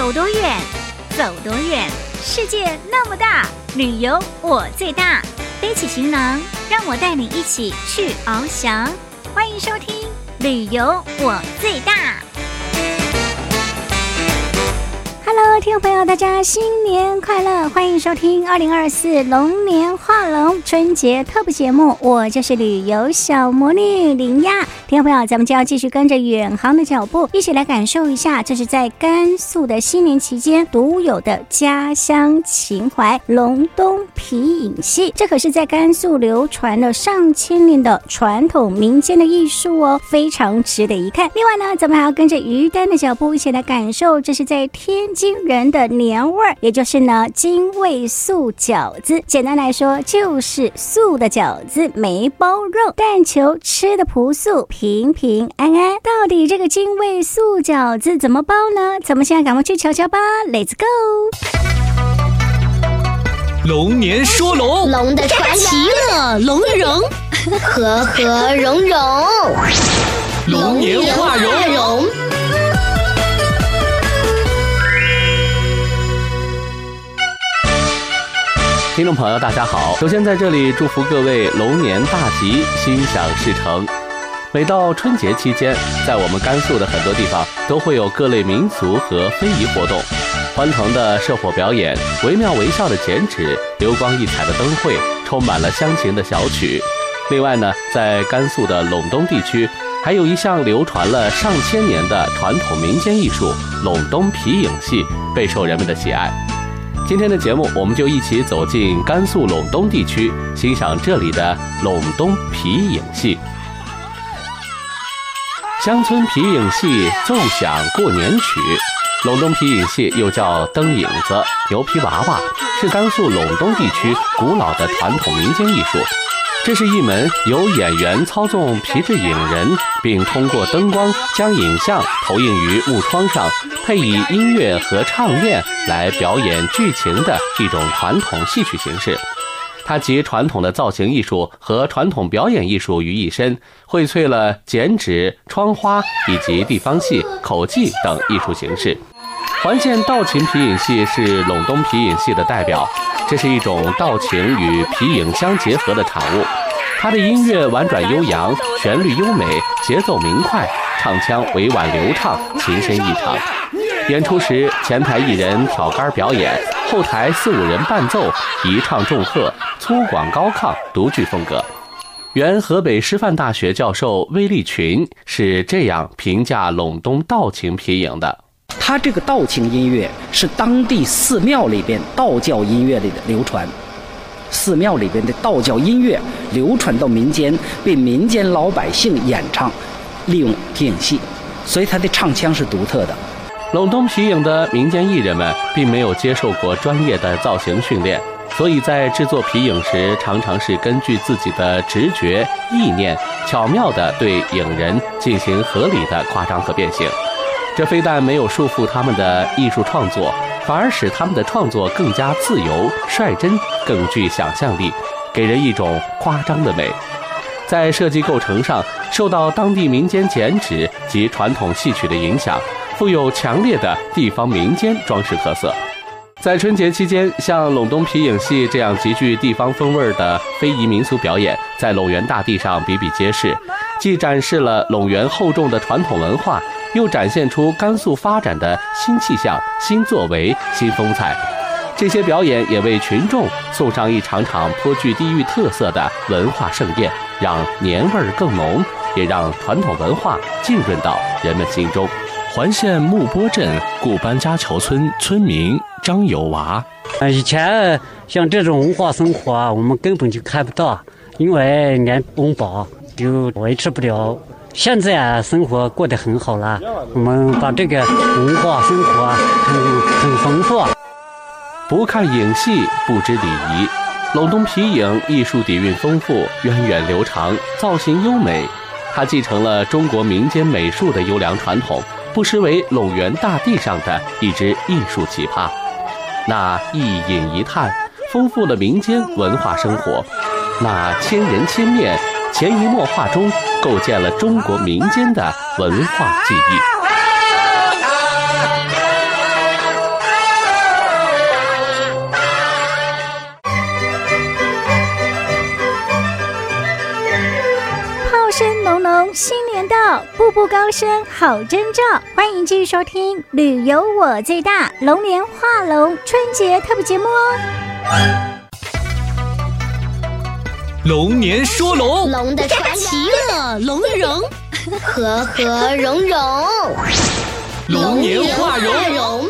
走多远，走多远，世界那么大，旅游我最大。背起行囊，让我带你一起去翱翔。欢迎收听旅游我最大。Hello， 听众朋友，大家新年快乐！欢迎收听2024龙年画龙春节特别节目，我就是旅游小魔女林亚。听众朋友，咱们就要继续跟着远航的脚步，一起来感受一下，这是在甘肃的新年期间独有的家乡情怀——隆冬皮影戏。这可是在甘肃流传了上千年的传统民间的艺术哦，非常值得一看。另外呢，咱们还要跟着于丹的脚步，一起来感受，这是在天津人的年味儿，也就是呢京味素饺子。简单来说，就是素的饺子，没包肉，但求吃的朴素，平平安安。到底这个京味素饺子怎么包呢？咱们现在赶快去瞧瞧吧 ，Let's go！ 龙年说龙， 龙的传奇， 其乐融融， 和和融融， 龙年画龙。听众朋友大家好，首先在这里祝福各位龙年大吉，心想事成。每到春节期间，在我们甘肃的很多地方都会有各类民俗和非遗活动，欢腾的社火表演，惟妙惟肖的剪纸，流光溢彩的灯会，充满了乡情的小曲。另外呢，在甘肃的陇东地区，还有一项流传了上千年的传统民间艺术——陇东皮影戏，备受人们的喜爱。今天的节目，我们就一起走进甘肃陇东地区，欣赏这里的陇东皮影戏。乡村皮影戏奏响过年曲。陇东皮影戏又叫灯影子、牛皮娃娃，是甘肃陇东地区古老的传统民间艺术。这是一门由演员操纵皮质影人，并通过灯光将影像投映于木窗上，配以音乐和唱念来表演剧情的一种传统戏曲形式。它集传统的造型艺术和传统表演艺术于一身，荟萃了剪纸、窗花以及地方戏、口技等艺术形式。环县道琴皮影戏是陇东皮影戏的代表，这是一种道琴与皮影相结合的产物。它的音乐婉转悠扬，旋律优美，节奏明快，唱腔委婉流畅，琴声异常。演出时，前台艺人挑杆表演，后台4、5人伴奏，一唱重和，粗犷高亢，独具风格。原河北师范大学教授魏立群是这样评价陇东道琴皮影的： 它这个道琴音乐是当地寺庙里边道教音乐里的流传，寺庙里边的道教音乐流传到民间，被民间老百姓演唱，利用皮影戏，所以它的唱腔是独特的。 陇东皮影的民间艺人们并没有接受过专业的造型训练，所以在制作皮影时，常常是根据自己的直觉、意念，巧妙地对影人进行合理的夸张和变形。这非但没有束缚他们的艺术创作，反而使他们的创作更加自由、率真，更具想象力，给人一种夸张的美。在设计构成上，受到当地民间剪纸及传统戏曲的影响，富有强烈的地方民间装饰特色。在春节期间，像陇东皮影戏这样极具地方风味的非遗民俗表演，在陇原大地上比比皆是，既展示了陇原厚重的传统文化，又展现出甘肃发展的新气象、新作为、新风采。这些表演也为群众送上一场场颇具地域特色的文化盛宴，让年味儿更浓，也让传统文化浸润到人们心中。 环县木波镇顾班家桥村村民张有娃： 以前像这种文化生活啊，我们根本就看不到，因为连温饱就维持不了。现在啊，生活过得很好了，我们把这个文化生活啊很丰富。 不看影戏，不知礼仪。陇东皮影艺术底蕴丰富，源远流长，造型优美。它继承了中国民间美术的优良传统，不失为陇原大地上的一支艺术奇葩。那一饮一叹，丰富了民间文化生活。那千人千面，潜移默化中构建了中国民间的文化记忆。 新年到，步步高升好征兆。欢迎继续收听旅游我最大龙年画龙春节特别节目哦。 龙年说龙， 龙的传奇， 乐龙的荣， 和和融融， 龙年画龙。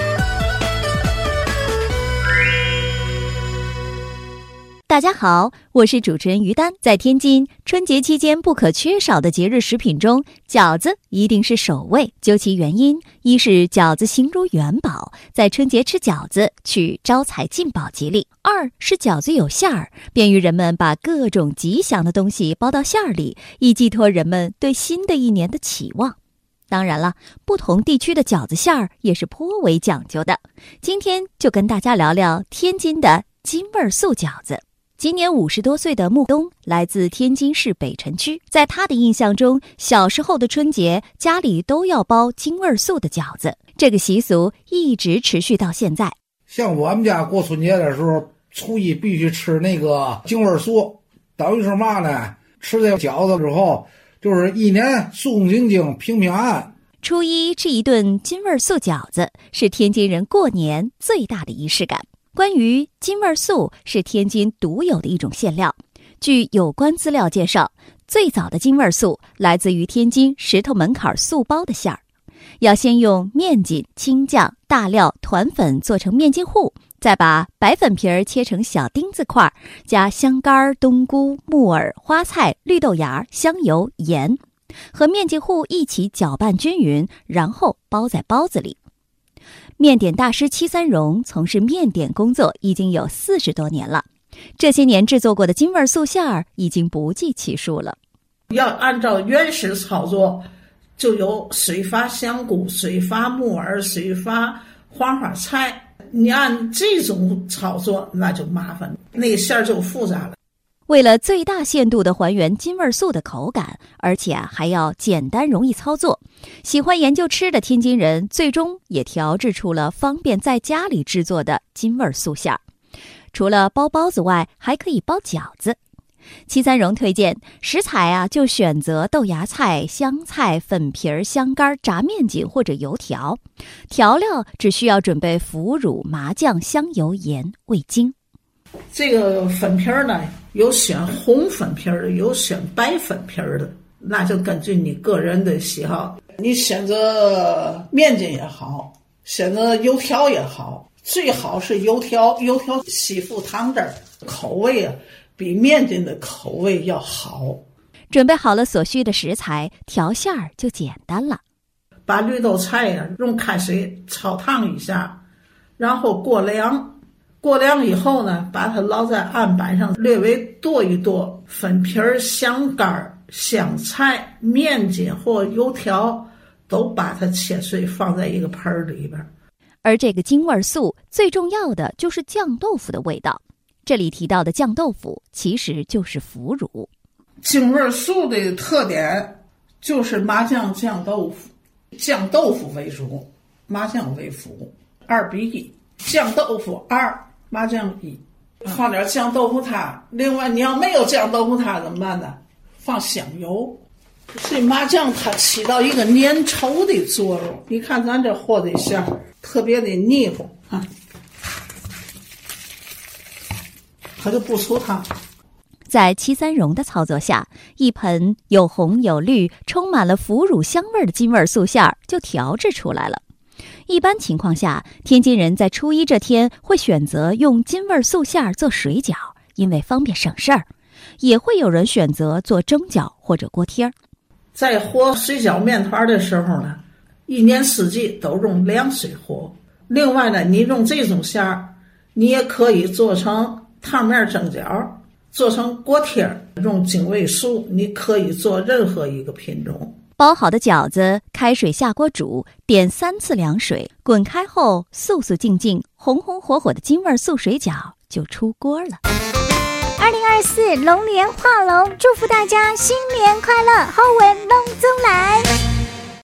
大家好，我是主持人于丹。在天津，春节期间不可缺少的节日食品中，饺子一定是首位。究其原因，一是饺子形如元宝，在春节吃饺子取招财进宝吉利；二是饺子有馅儿，便于人们把各种吉祥的东西包到馅儿里，以寄托人们对新的一年的期望。当然了，不同地区的饺子馅儿也是颇为讲究的。今天就跟大家聊聊天津的京味素饺子。今年50多岁的穆东来自天津市北辰区，在他的印象中，小时候的春节家里都要包京味素的饺子，这个习俗一直持续到现在。 像我们家过春节的时候，初一必须吃那个京味素，等于是嘛呢？吃这个饺子之后，就是一年肃肃静静、平平安安。 初一吃一顿京味素饺子，是天津人过年最大的仪式感。关于京味素是天津独有的一种馅料，据有关资料介绍，最早的京味素来自于天津石头门槛素包的馅儿，要先用面筋、青酱、大料、团粉做成面筋糊，再把白粉皮儿切成小丁字块，加香干、冬菇、木耳、花菜、绿豆芽、香油、盐，和面筋糊一起搅拌均匀，然后包在包子里。面点大师戚三荣从事面点工作已经有40多年了，这些年制作过的京味素馅儿已经不计其数了。 要按照原始操作，就有水发香菇、水发木耳、水发黄花菜。你按这种操作，那就麻烦，那个馅儿就复杂了。 为了最大限度地还原京味素的口感，而且还要简单容易操作，喜欢研究吃的天津人最终也调制出了方便在家里制作的京味素馅儿。除了包包子外，还可以包饺子。戚三荣推荐食材就选择豆芽菜、香菜、粉皮、香干、炸面筋或者油条，调料只需要准备腐乳、麻酱、香油、盐、味精。 这个粉皮呢，有选红粉皮的，有选白粉皮的，那就根据你个人的喜好，你选择面筋也好，选择油条也好，最好是油条吸附汤汁儿，口味比面筋的口味要好。 准备好了所需的食材，调馅儿就简单了。 把绿豆菜用开水焯烫一下，然后过凉以后呢，把它捞在案板上，略微剁一剁粉皮、香干、香菜、面筋或油条，都把它切碎放在一个盆里边。 而这个京味素最重要的就是酱豆腐的味道。这里提到的酱豆腐其实就是腐乳。 京味素的特点就是麻酱酱豆腐，酱豆腐为主，麻酱为辅，2比1，酱豆腐2，麻酱1，放点酱豆腐汤。另外你要没有酱豆腐汤怎么办呢？放香油。所以麻酱它起到一个粘稠的作用。你看咱这和的馅特别的腻乎啊，它就不出汤。 在戚三荣的操作下，一盆有红有绿、充满了腐乳香味的京味素馅儿就调制出来了。一般情况下，天津人在初一这天会选择用京味素馅儿做水饺，因为方便省事儿；也会有人选择做蒸饺或者锅贴儿。 在和水饺面团的时候呢，一年四季都用凉水和。另外呢，你用这种馅儿，你也可以做成烫面蒸饺，做成锅贴，用京味素，你可以做任何一个品种。 包好的饺子，开水下锅煮，点3次凉水，滚开后素素静静，红红火火的京味素水饺就出锅了。 2024龙年画龙，祝福大家新年快乐，好运龙中来。